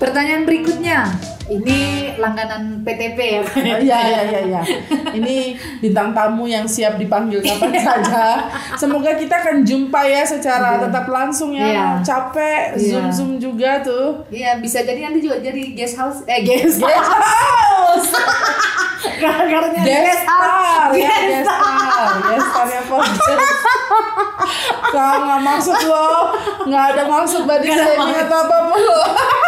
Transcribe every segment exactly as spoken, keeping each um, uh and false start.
Pertanyaan berikutnya. Ini langganan P T P ya. Iya iya iya iya. Ini bintang tamu yang siap dipanggil kapan saja. Semoga kita akan jumpa ya secara yeah. tetap langsung ya. Yeah. Capek yeah. zoom zoom juga tuh. Iya, yeah, bisa jadi nanti juga jadi guest house eh guest, guest house. Gara-garanya guest star ya, guest star. Guest star ya podcast. Kau nggak maksud lo, nggak ada maksud body shaming atau apapun lo.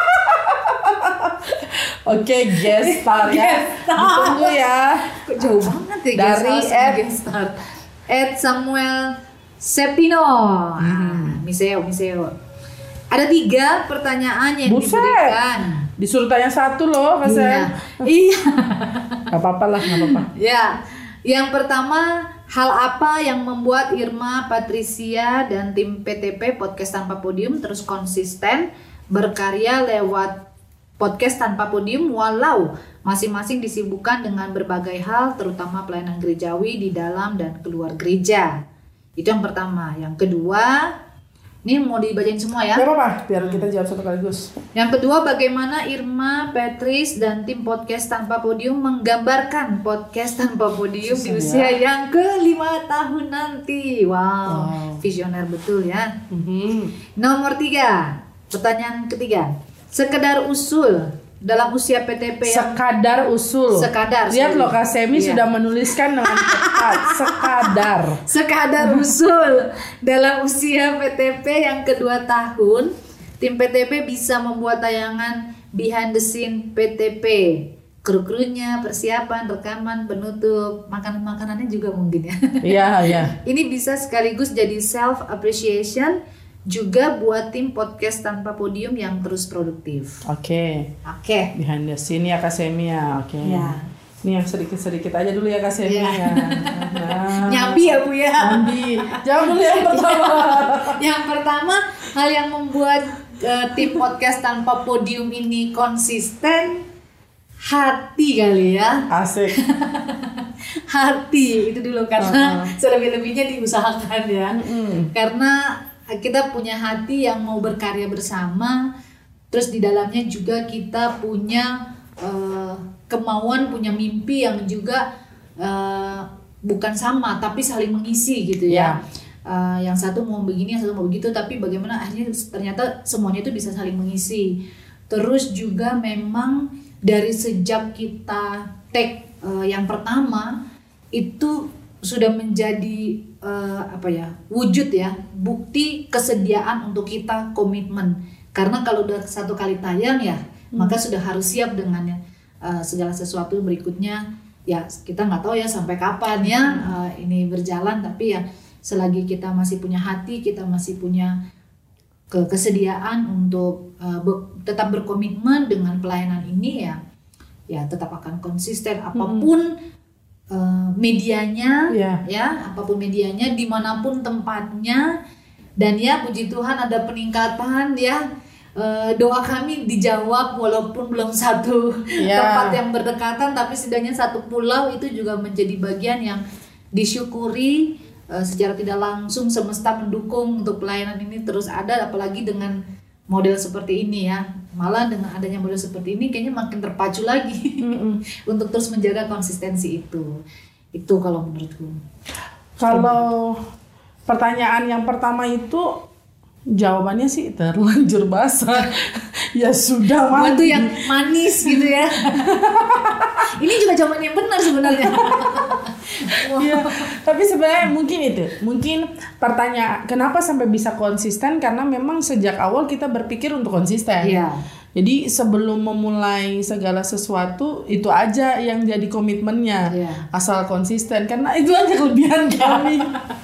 Oke, okay, guest star ya. Ditunggu ya. Kok jauh banget ya dari guest star. Ed Samuel Septino. Hmm. Ah, Miseo, Miseo. Ada tiga pertanyaan yang Buset. diberikan. Disuruh tanya satu loh, Mas. Iya. Iya. Gak apa-apa lah, gak apa-apa. Ya. Yang pertama, hal apa yang membuat Irma, Patricia, dan tim P T P Podcast Tanpa Podium terus konsisten berkarya lewat podcast Tanpa Podium walau masing-masing disibukkan dengan berbagai hal, terutama pelayanan gerejawi di dalam dan keluar gereja. Itu yang pertama. Yang kedua, ini mau dibacain semua ya? Ya apa-apa, biar kita jawab satu kaligus. Yang kedua, bagaimana Irma, Patrice, dan tim podcast Tanpa Podium menggambarkan podcast Tanpa Podium Susah di usia ya. yang kelima tahun nanti. Wow, wow. Visioner betul ya. Mm-hmm. Nomor tiga, pertanyaan ketiga. Sekedar usul dalam usia P T P yang sekadar usul. Sekadar. Lihat loh, Kak Semi iya. sudah menuliskan dengan tepat. Sekadar. Sekadar usul dalam usia P T P yang kedua tahun, tim P T P bisa membuat tayangan behind the scene P T P. Kru-krunya, persiapan, rekaman, penutup, makanan-makanannya juga mungkin ya. Iya, iya. Ini bisa sekaligus jadi self appreciation juga buat tim podcast Tanpa Podium yang terus produktif. Oke. Okay. Oke. Okay. Behind the scene ya Kak Semi ya. Oke. Okay. Ya. Ini yang sedikit-sedikit aja dulu ya Kak Semi ya. ya. Nah. Nyambi ya Bu ya. Nyambi. Jawab dulu yang pertama. Yang pertama, hal yang membuat uh, tim podcast Tanpa Podium ini konsisten, hati kali ya. Asik. Hati itu dulu karena uh-huh. selebih-lebihnya diusahakan ya. Mm-hmm. Karena kita punya hati yang mau berkarya bersama, terus di dalamnya juga kita punya uh, kemauan, punya mimpi yang juga uh, bukan sama tapi saling mengisi gitu ya. Yeah. Uh, yang satu mau begini, yang satu mau begitu, tapi bagaimana akhirnya ternyata semuanya itu bisa saling mengisi. Terus juga memang dari sejak kita take uh, yang pertama itu sudah menjadi uh, apa ya wujud ya bukti kesediaan untuk kita komitmen, karena kalau udah satu kali tayang ya hmm. maka sudah harus siap dengan uh, segala sesuatu berikutnya ya. Kita nggak tahu ya sampai kapan ya uh, ini berjalan, tapi ya selagi kita masih punya hati, kita masih punya ke- kesediaan untuk uh, be- tetap berkomitmen dengan pelayanan ini ya ya tetap akan konsisten apapun hmm. Uh, medianya yeah. ya apapun medianya, dimanapun tempatnya, dan ya puji Tuhan ada peningkatan ya. Uh, doa kami dijawab walaupun belum satu yeah. tempat yang berdekatan, tapi setidaknya satu pulau itu juga menjadi bagian yang disyukuri. Uh, secara tidak langsung semesta mendukung untuk pelayanan ini terus ada, apalagi dengan model seperti ini ya. Malah dengan adanya model seperti ini kayaknya makin terpacu lagi untuk terus menjaga konsistensi itu. Itu kalau menurutku. Kalau pertanyaan yang pertama itu jawabannya sih terlanjur basah. Ya sudah mah. Itu yang manis gitu ya. Ini juga jawaban yang benar sebenarnya. Wow. Ya, tapi sebenarnya mungkin itu, mungkin pertanyaan kenapa sampai bisa konsisten, karena memang sejak awal kita berpikir untuk konsisten. Iya. Jadi sebelum memulai segala sesuatu itu aja yang jadi komitmennya, yeah. asal konsisten, karena itu aja kelebihan kami.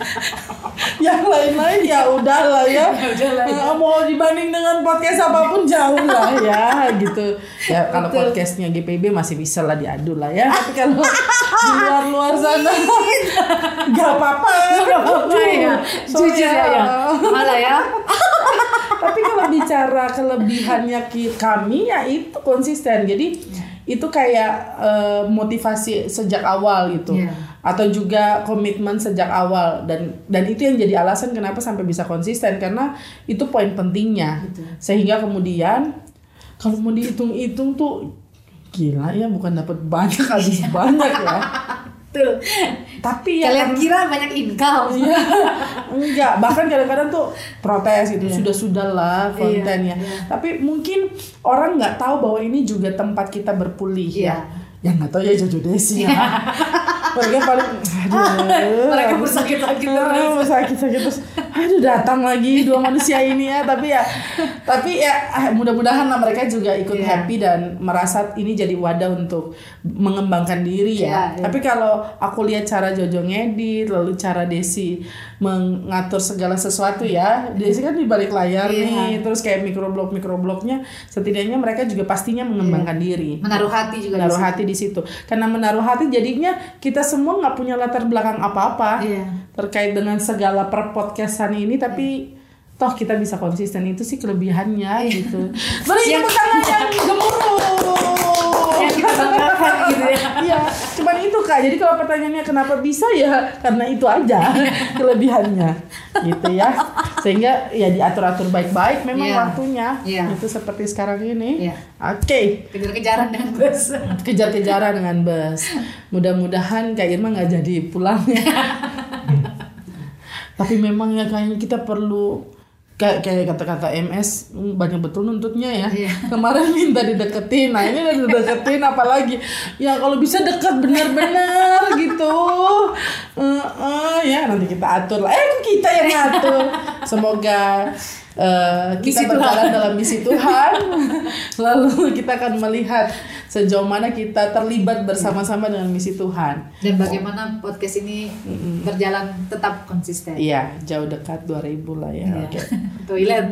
Yang lain-lain ya udahlah ya, ya mau dibanding dengan podcast apapun jauh lah ya gitu. Ya kalau betul. Podcastnya G P B masih bisa lah diadu lah ya, tapi kalau di luar-luar sana nggak apa-apa. Nggak apa-apa ya, jujur ya, ya. Malah ya. Tapi kalau bicara kelebihannya kami ya itu konsisten. Jadi yeah. itu kayak uh, motivasi sejak awal gitu. Yeah. Atau juga komitmen sejak awal, dan dan itu yang jadi alasan kenapa sampai bisa konsisten, karena itu poin pentingnya. Betul. Sehingga kemudian kalau mau dihitung-hitung tuh gila ya, bukan dapat banyak habis banyak ya. Tuh. Tapi ya kalian kira banyak income. Iya. Enggak, bahkan kadang-kadang tuh protes gitu, yeah. sudah-sudah lah kontennya. Yeah, yeah. Tapi mungkin orang nggak tahu bahwa ini juga tempat kita berpulih yeah. ya. Yang nggak tahu ya Jojo Desi ya. Mereka paling aduh. Mereka bersakit-sakit terus. Bersakit-sakit terus. Aduh, datang lagi dua manusia ini ya. Tapi ya, tapi ya mudah-mudahan lah mereka juga ikut yeah. happy dan merasa ini jadi wadah untuk mengembangkan diri ya. Yeah, yeah. Tapi kalau aku lihat cara Jojo ngedit, lalu cara Desi mengatur segala sesuatu ya. Desi kan di balik layar yeah. nih, terus kayak microblog microblognya, setidaknya mereka juga pastinya mengembangkan yeah. diri. Menaruh hati juga. Menaruh hati di situ. Karena menaruh hati jadinya kita semua nggak punya latar belakang apa-apa yeah. terkait dengan segala perpodcastan ini, tapi yeah. toh kita bisa konsisten, itu sih kelebihannya yeah. gitu. Beri tepuk tangan yang gemuruh. Yang kita banggakan gitu ya. Iya, cuman itu Kak. Jadi kalau pertanyaannya kenapa bisa ya karena itu aja kelebihannya. Gitu ya. Sehingga ya diatur-atur baik-baik memang yeah. waktunya. Yeah. Itu seperti sekarang ini. Yeah. Oke. Okay. Kejar-kejaran dengan bus. Kejar-kejaran dengan bus. Mudah-mudahan Kak Irma nggak jadi pulangnya. Tapi memang ya kayaknya kita perlu kayak kayak kata-kata M S banyak betul nuntutnya ya. Iya. Kemarin minta dideketin, nah ini udah dideketin apalagi ya kalau bisa dekat benar-benar gitu. Uh, uh, ya nanti kita atur lah. Eh kita yang ngatur. Semoga uh, kita misi berjalan Tuhan. Dalam misi Tuhan. Lalu kita akan melihat sejauh mana kita terlibat bersama-sama dengan misi Tuhan. Dan bagaimana podcast ini mm-mm. berjalan tetap konsisten. Iya, jauh dekat dua ribu lah ya. Iya. Oke. Toilet.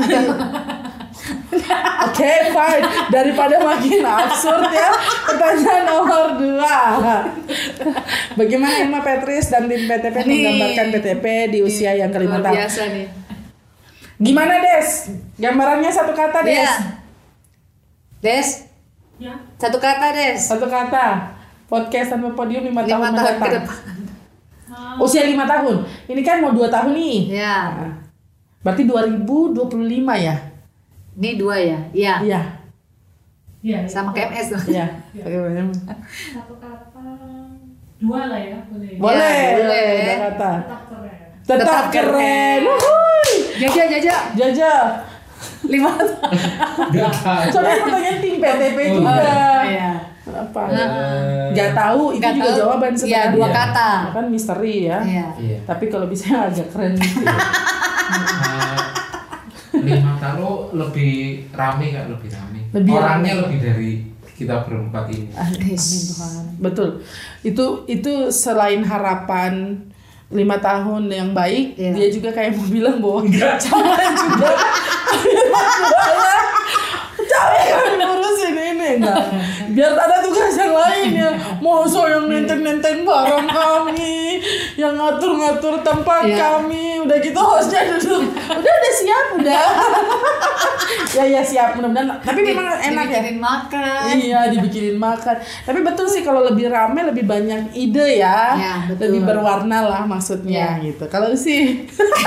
Oke, okay, fine. Daripada makin absurd ya. Pertanyaan nomor dua. Bagaimana Irma Petris dan tim P T P nih, menggambarkan P T P di usia yang kelima tahun? Biasa nih. Gimana Des? Gambarannya satu kata Des. Ya. Des. Ya. Satu kata Des. Satu kata. Podcast tanpa podium lima tahun mendatang. Ke depan. Usia lima tahun. Ini kan mau dua tahun nih. Ya. Nah, berarti dua ribu dua puluh lima ya? Ini dua ya? Iya. Iya. Iya. Sama kayak M S tuh. Iya. Satu kata. Dua lah ya, boleh. Boleh. Ya, boleh. Dua kata. Tetap keren. Tetap, Tetap keren. keren. Wuhui. Jaja, jaja. Jaja. Lima. Soalnya pertanyaan tim P T P juga. Oh, iya. Apa? Uh, Gak tahu, itu Gak juga tahu. Jawaban sebenarnya. Ya, dua kata. Kan misteri ya. Iya. Iya. Tapi kalau bisa agak keren gitu. uh, lima taruh lebih rame kan, lebih rame. Lebih Orangnya rame. lebih dari kita berempat ini. Amin Tuhan. Betul. Itu itu selain harapan lima tahun yang baik, yeah. dia juga kayak mau bilang bahwa jangan juga jangan ngurusin ini enggak. Biar ada tugas yang lain ya. Masa yang nenteng-nenteng barang kami, yang ngatur-ngatur tempat yeah. kami, udah gitu hostnya duduk. Udah udah siap udah. ya ya siap mudah-mudahan. Tapi memang enak ya. Dibikinin makan. Iya dibikinin makan. Tapi betul sih kalau lebih rame lebih banyak ide ya. Ya betul. Lebih berwarna lah maksudnya ya. Gitu. Kalau sih.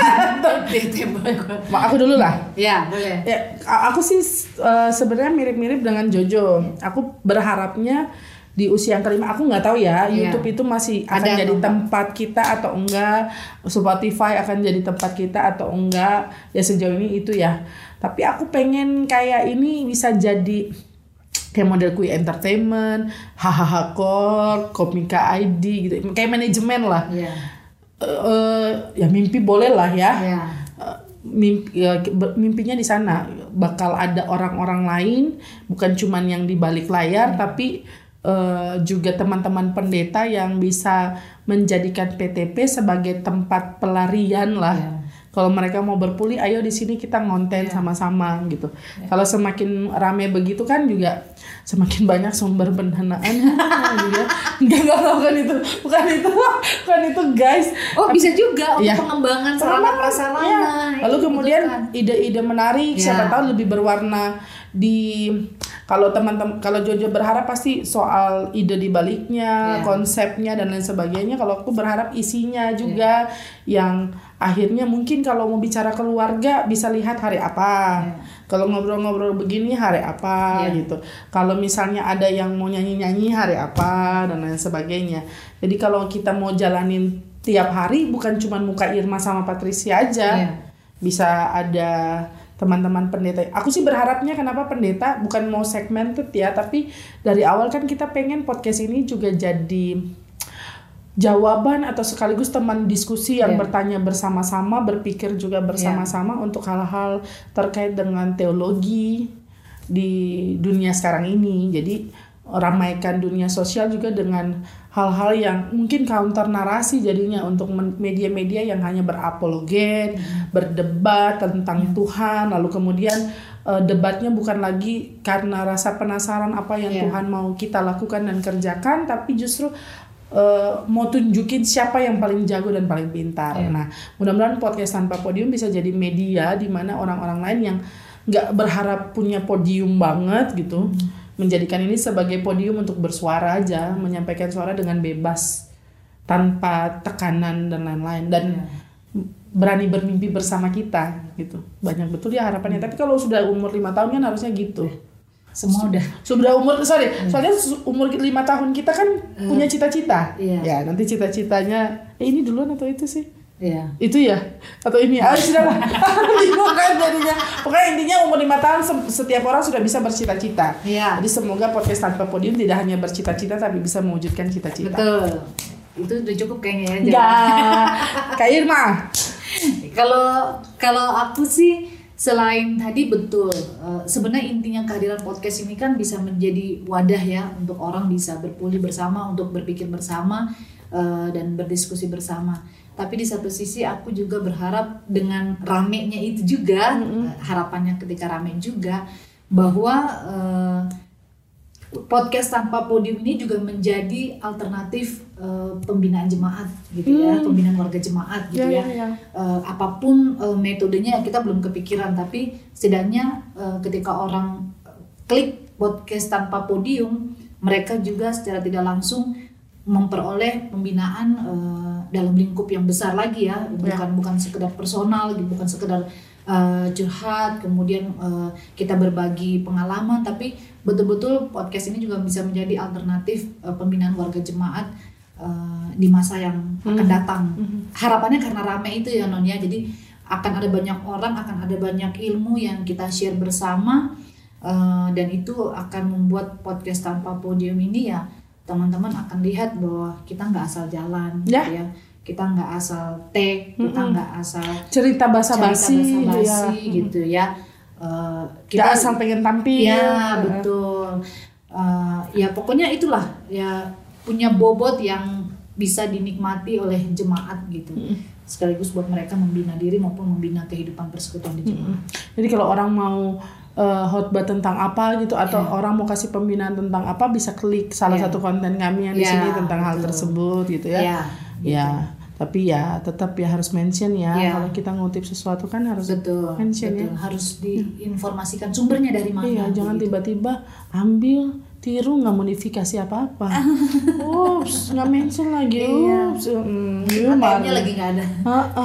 Aku dulu lah. Ya boleh. Ya aku sih uh, sebenarnya mirip-mirip dengan Jojo. Aku berharapnya di usia yang kelima, aku nggak tahu ya, yeah. YouTube itu masih akan Ada jadi tempat kita atau enggak, Spotify akan jadi tempat kita atau enggak, ya sejauh ini itu ya. Tapi aku pengen kayak ini bisa jadi kayak model Kui Entertainment, Hahaha Core, Komika I D gitu, kayak manajemen lah. Yeah. Uh, ya mimpi boleh lah ya. Yeah. Mimpi, ya, mimpinya di sana bakal ada orang-orang lain, bukan cuman yang di balik layar, hmm. tapi uh, juga teman-teman pendeta yang bisa menjadikan P T P sebagai tempat pelarian lah. Yeah. Kalau mereka mau berpulih, ayo di sini kita ngonten yeah. sama-sama gitu. Yeah. Kalau semakin rame begitu kan juga semakin banyak sumber pendanaan. Gitu. Enggak enggak bukan itu, bukan itu, bukan itu guys. Oh bisa juga untuk yeah. pengembangan sarana prasarana. Yeah. Lalu kemudian ide-ide menarik, yeah. siapa tahu lebih berwarna di Kalau teman-teman, kalau Jojo berharap pasti soal ide di baliknya, yeah. konsepnya dan lain sebagainya. Kalau aku berharap isinya juga yeah. yang akhirnya mungkin kalau mau bicara keluarga bisa lihat hari apa. Yeah. Kalau ngobrol-ngobrol begini hari apa yeah. gitu. Kalau misalnya ada yang mau nyanyi-nyanyi hari apa dan lain sebagainya. Jadi kalau kita mau jalanin tiap hari bukan cuma muka Irma sama Patricia aja. Yeah. Bisa ada teman-teman pendeta. Aku sih berharapnya kenapa pendeta bukan mau segmented ya, tapi dari awal kan kita pengen podcast ini juga jadi jawaban atau sekaligus teman diskusi yang yeah. bertanya bersama-sama, berpikir juga bersama-sama yeah. untuk hal-hal terkait dengan teologi di dunia sekarang ini. Jadi ramaikan dunia sosial juga dengan hal-hal yang mungkin counter narasi jadinya untuk media-media yang hanya berapologet, hmm. berdebat tentang hmm. Tuhan, lalu kemudian uh, debatnya bukan lagi karena rasa penasaran apa yang yeah. Tuhan mau kita lakukan dan kerjakan, tapi justru uh, mau tunjukin siapa yang paling jago dan paling pintar. Yeah. Nah, mudah-mudahan podcast Tanpa Podium bisa jadi media di mana orang-orang lain yang nggak berharap punya podium banget gitu. Hmm. Menjadikan ini sebagai podium untuk bersuara aja, menyampaikan suara dengan bebas tanpa tekanan dan lain-lain dan yeah. berani bermimpi bersama kita gitu. Banyak betul ya harapannya. Hmm. Tapi kalau sudah umur lima tahun kan harusnya gitu. Semua udah. Sudah umur sorry, yeah. soalnya umur lima tahun kita kan uh, punya cita-cita. Yeah. Ya, nanti cita-citanya eh, ini duluan atau itu sih? Iya. Itu ya atau ini ah sudah lah. Bukan jadinya. Pokoknya intinya umur lima tahun setiap orang sudah bisa bercita-cita. Iya. Jadi semoga podcast Tanpa Podium tidak hanya bercita-cita tapi bisa mewujudkan cita-cita. Betul. Itu udah cukup kayaknya ya. Enggak. Kak Irma. Kalau kalau aku sih selain tadi betul uh, sebenarnya intinya kehadiran podcast ini kan bisa menjadi wadah ya untuk orang bisa berpulih bersama, untuk berpikir bersama uh, dan berdiskusi bersama. Tapi di satu sisi aku juga berharap dengan ramenya itu juga mm-hmm. harapannya ketika rame juga bahwa uh, podcast Tanpa Podium ini juga menjadi alternatif uh, pembinaan jemaat gitu mm. ya, pembinaan warga jemaat gitu yeah, ya. Yeah, yeah. Uh, apapun uh, metodenya kita belum kepikiran, tapi setidaknya uh, ketika orang klik podcast Tanpa Podium, mereka juga secara tidak langsung memperoleh pembinaan uh, dalam lingkup yang besar lagi ya, bukan ya. bukan sekedar personal, bukan sekedar uh, curhat, kemudian uh, kita berbagi pengalaman, tapi betul-betul podcast ini juga bisa menjadi alternatif uh, pembinaan warga jemaat uh, di masa yang akan datang. Mm-hmm. Harapannya karena rame itu ya Non ya, jadi akan ada banyak orang, akan ada banyak ilmu yang kita share bersama, uh, dan itu akan membuat podcast Tanpa Podium ini ya teman-teman akan lihat bahwa kita nggak asal jalan ya. Gitu ya, kita nggak asal take, kita nggak mm-hmm. asal cerita basa-basi ya. gitu ya. Uh, kita nggak asal pengen tampil. Ya betul. Uh, ya pokoknya itulah ya, punya bobot yang bisa dinikmati oleh jemaat gitu. Mm-hmm. Sekaligus buat mereka membina diri maupun membina kehidupan persekutuan di jemaat. Mm-hmm. Jadi kalau orang mau Uh, khotbah tentang apa gitu atau yeah. orang mau kasih pembinaan tentang apa, bisa klik salah yeah. satu konten kami yang di yeah, sini tentang betul. hal tersebut gitu ya. Yeah, gitu. Ya, tapi ya tetap ya harus mention ya. Yeah. Kalau kita ngutip sesuatu kan harus betul, mention betul. ya. Harus diinformasikan sumbernya dari mana. Iya, jangan gitu. tiba-tiba ambil tiru nggak modifikasi apa-apa. Ups, nggak mention lagi. Ups, hmm, matanya lagi nggak ada.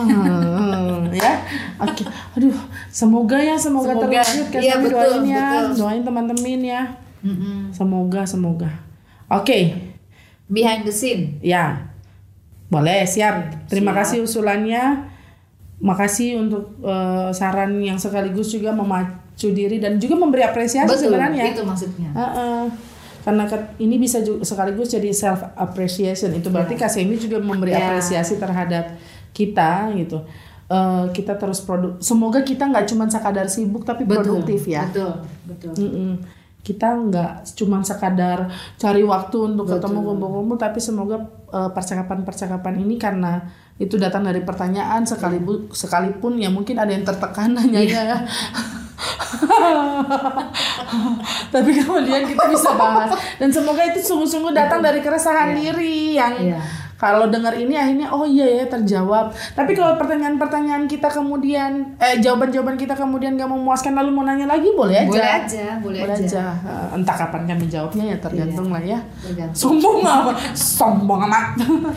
Uh-uh. Ya, oke. Okay. Aduh, semoga ya, semoga, semoga. terwujud. Iya, betul, doain ya, betul. doain teman-teman ya. Mm-mm. Semoga, semoga. Oke. Okay. Behind the scene. Ya, boleh, siap. Terima siap. kasih usulannya. Makasih untuk uh, saran yang sekaligus juga memacu diri dan juga memberi apresiasi. Betul, sebenarnya. Itu maksudnya. Uh-uh. Karena ini bisa juga sekaligus jadi self appreciation. Itu berarti yeah. Kak Semi juga memberi yeah. apresiasi terhadap kita gitu. Uh, kita terus produk. Semoga kita nggak cuma sekadar sibuk tapi betul, produktif ya. Betul, betul. Mm-mm. Kita nggak cuma sekadar cari waktu untuk betul. ketemu kumpul-kumpul, tapi semoga uh, percakapan-percakapan ini karena itu datang dari pertanyaan sekalipun sekalipun ya mungkin ada yang tertekan nanyanya ya. Tapi kemudian kita bisa bahas dan semoga itu sungguh-sungguh datang dari keresahan yeah. diri yang yeah. Kalau dengar ini akhirnya oh iya ya terjawab. Tapi kalau pertanyaan-pertanyaan kita kemudian eh jawaban-jawaban kita kemudian gak memuaskan lalu mau nanya lagi boleh aja. Boleh aja, boleh, boleh aja. aja. Entah kapan kami jawabnya ya tergantung iya. lah ya. Tergantung. Sombong apa? Sombong amat.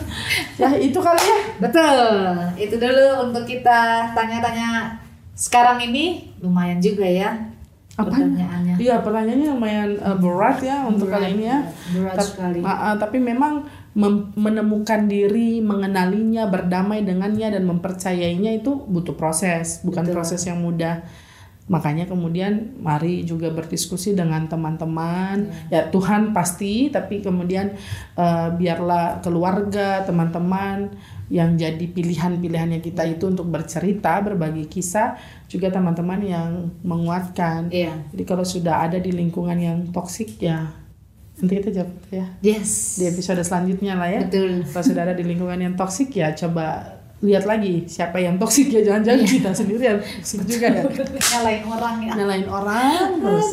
Ya itu kali ya. Betul. Itu dulu untuk kita tanya-tanya sekarang ini lumayan juga ya. Pertanyaannya. Iya, pertanyaannya lumayan uh, berat ya untuk berat, kali ini ya. Berat Ta- sekali. Uh, uh, tapi memang mem- menemukan diri, mengenalinya, berdamai dengannya dan mempercayainya itu butuh proses, bukan Betul. proses yang mudah. Makanya kemudian mari juga berdiskusi dengan teman-teman. Ya, ya Tuhan pasti, tapi kemudian uh, biarlah keluarga, teman-teman yang jadi pilihan-pilihannya kita itu untuk bercerita, berbagi kisah, juga teman-teman yang menguatkan. Iya. Jadi kalau sudah ada di lingkungan yang toksik ya nanti kita jawab ya. Yes. Di episode selanjutnya lah ya. Betul. Kalau sudah ada di lingkungan yang toksik ya coba lihat lagi siapa yang toksik ya, jangan-jangan kita sendiri yang toksik juga ya. Nyalain orang ya. Nyalain orang terus.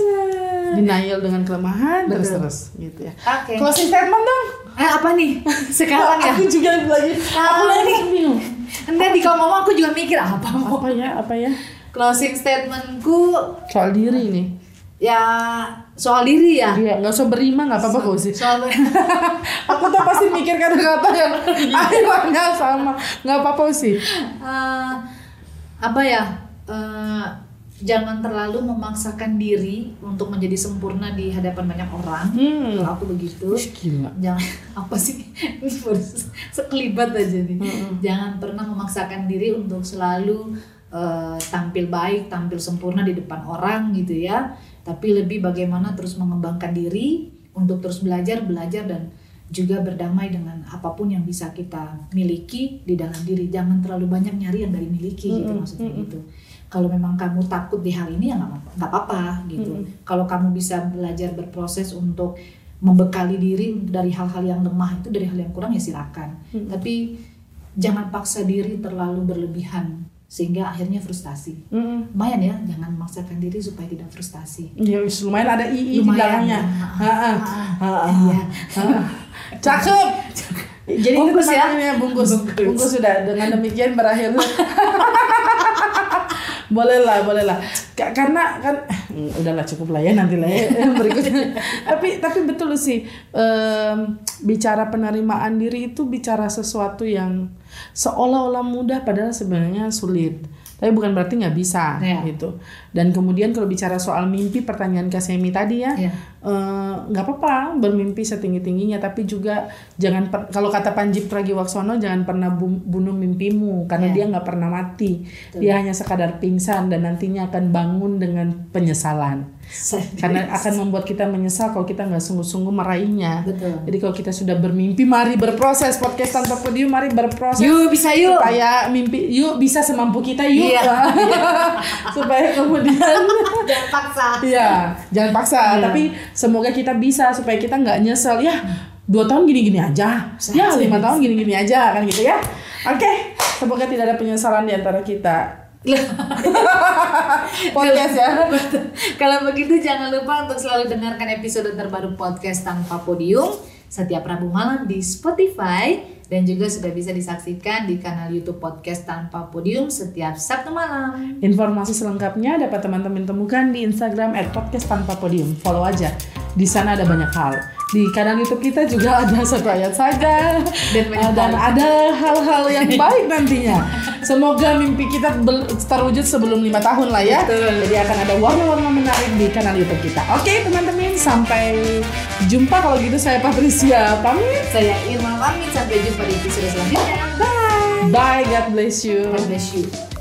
Denial dengan kelemahan terus-terus gitu ya. Oke. Okay. Closing statement dong. Eh apa nih? Sekarang ya. Aku juga lagi. Aku lagi bingung. Enggak di kalau ngomong aku juga mikir apa mau. Apa ya? Apa ya? Closing statementku soal diri nih. Ya soal diri ya. Iya, nggak usah berima nggak apa-apa kok sih. Soal aku tuh pasti mikir kata-kata yang akhirnya sama. Nggak apa-apa sih. Uh, apa ya? Uh, Jangan terlalu memaksakan diri untuk menjadi sempurna di hadapan banyak orang. Hmm. Kalau aku begitu. Gila. Jangan apa sih? Ini baru sekelibat aja nih. Hmm. Jangan pernah memaksakan diri untuk selalu uh, tampil baik, tampil sempurna di depan orang gitu ya. Tapi lebih bagaimana terus mengembangkan diri untuk terus belajar, belajar dan juga berdamai dengan apapun yang bisa kita miliki di dalam diri. Jangan terlalu banyak nyari yang dari miliki hmm. gitu maksudnya hmm. gitu. Kalau memang kamu takut di hal ini ya nggak apa-apa gitu. Mm-hmm. Kalau kamu bisa belajar berproses untuk membekali diri dari hal-hal yang lemah itu, dari hal yang kurang ya silakan. Mm-hmm. Tapi jangan paksa diri terlalu berlebihan sehingga akhirnya frustasi. Mm-hmm. Lumayan ya, jangan memaksakan diri supaya tidak frustasi. Ya lumayan ada i i di belakangnya. Iya. Cakep. Jadi bungkus itu ya, bungkus. bungkus. Bungkus sudah. Dengan demikian berakhir. Boleh lah, boleh lah. Karena kan udahlah cukup lah ya nanti lah ya berikutnya. tapi tapi betul sih um, bicara penerimaan diri itu bicara sesuatu yang seolah-olah mudah padahal sebenarnya sulit. Tapi bukan berarti nggak bisa ya. Gitu. Dan kemudian kalau bicara soal mimpi, pertanyaan Kak Semi tadi ya, ya. nggak uh, apa-apa bermimpi setinggi-tingginya, tapi juga jangan per, kalau kata Panji Pragiwaksono jangan pernah bu, bunuh mimpimu karena ya. Dia nggak pernah mati. Betul. Dia hanya sekadar pingsan dan nantinya akan bangun dengan penyesalan. Karena akan membuat kita menyesal kalau kita nggak sungguh-sungguh meraihnya. Betul. Jadi kalau kita sudah bermimpi, mari berproses. Podcast Tanpa Podium, mari berproses. Yuk bisa yuk. Supaya mimpi, yuk bisa semampu kita yuk. Iya. Supaya kemudian jangan paksa. Iya, jangan paksa. Iya. Tapi semoga kita bisa supaya kita nggak nyesel ya. Dua tahun gini-gini aja. Ya lima tahun gini-gini aja kan gitu ya. Oke, okay. Semoga tidak ada penyesalan di antara kita. Podcast ya. Kalau begitu jangan lupa untuk selalu dengarkan episode terbaru Podcast Tanpa Podium setiap Rabu malam di Spotify dan juga sudah bisa disaksikan di kanal YouTube Podcast Tanpa Podium setiap Sabtu malam. Informasi selengkapnya dapat teman-teman temukan di Instagram et podcast tanpa podium. Follow aja. Di sana ada banyak hal. Di kanal YouTube kita juga ada satu ayat saja dan, dan ada hal-hal yang baik nantinya. Semoga mimpi kita terwujud sebelum lima tahun lah ya. Betul. Jadi akan ada warna-warna menarik di kanal YouTube kita. Oke teman-teman, sampai jumpa. Kalau gitu saya Patricia pamit. Saya Irma pamit. Sampai jumpa di episode selanjutnya. Bye. Bye. God bless you. God bless you.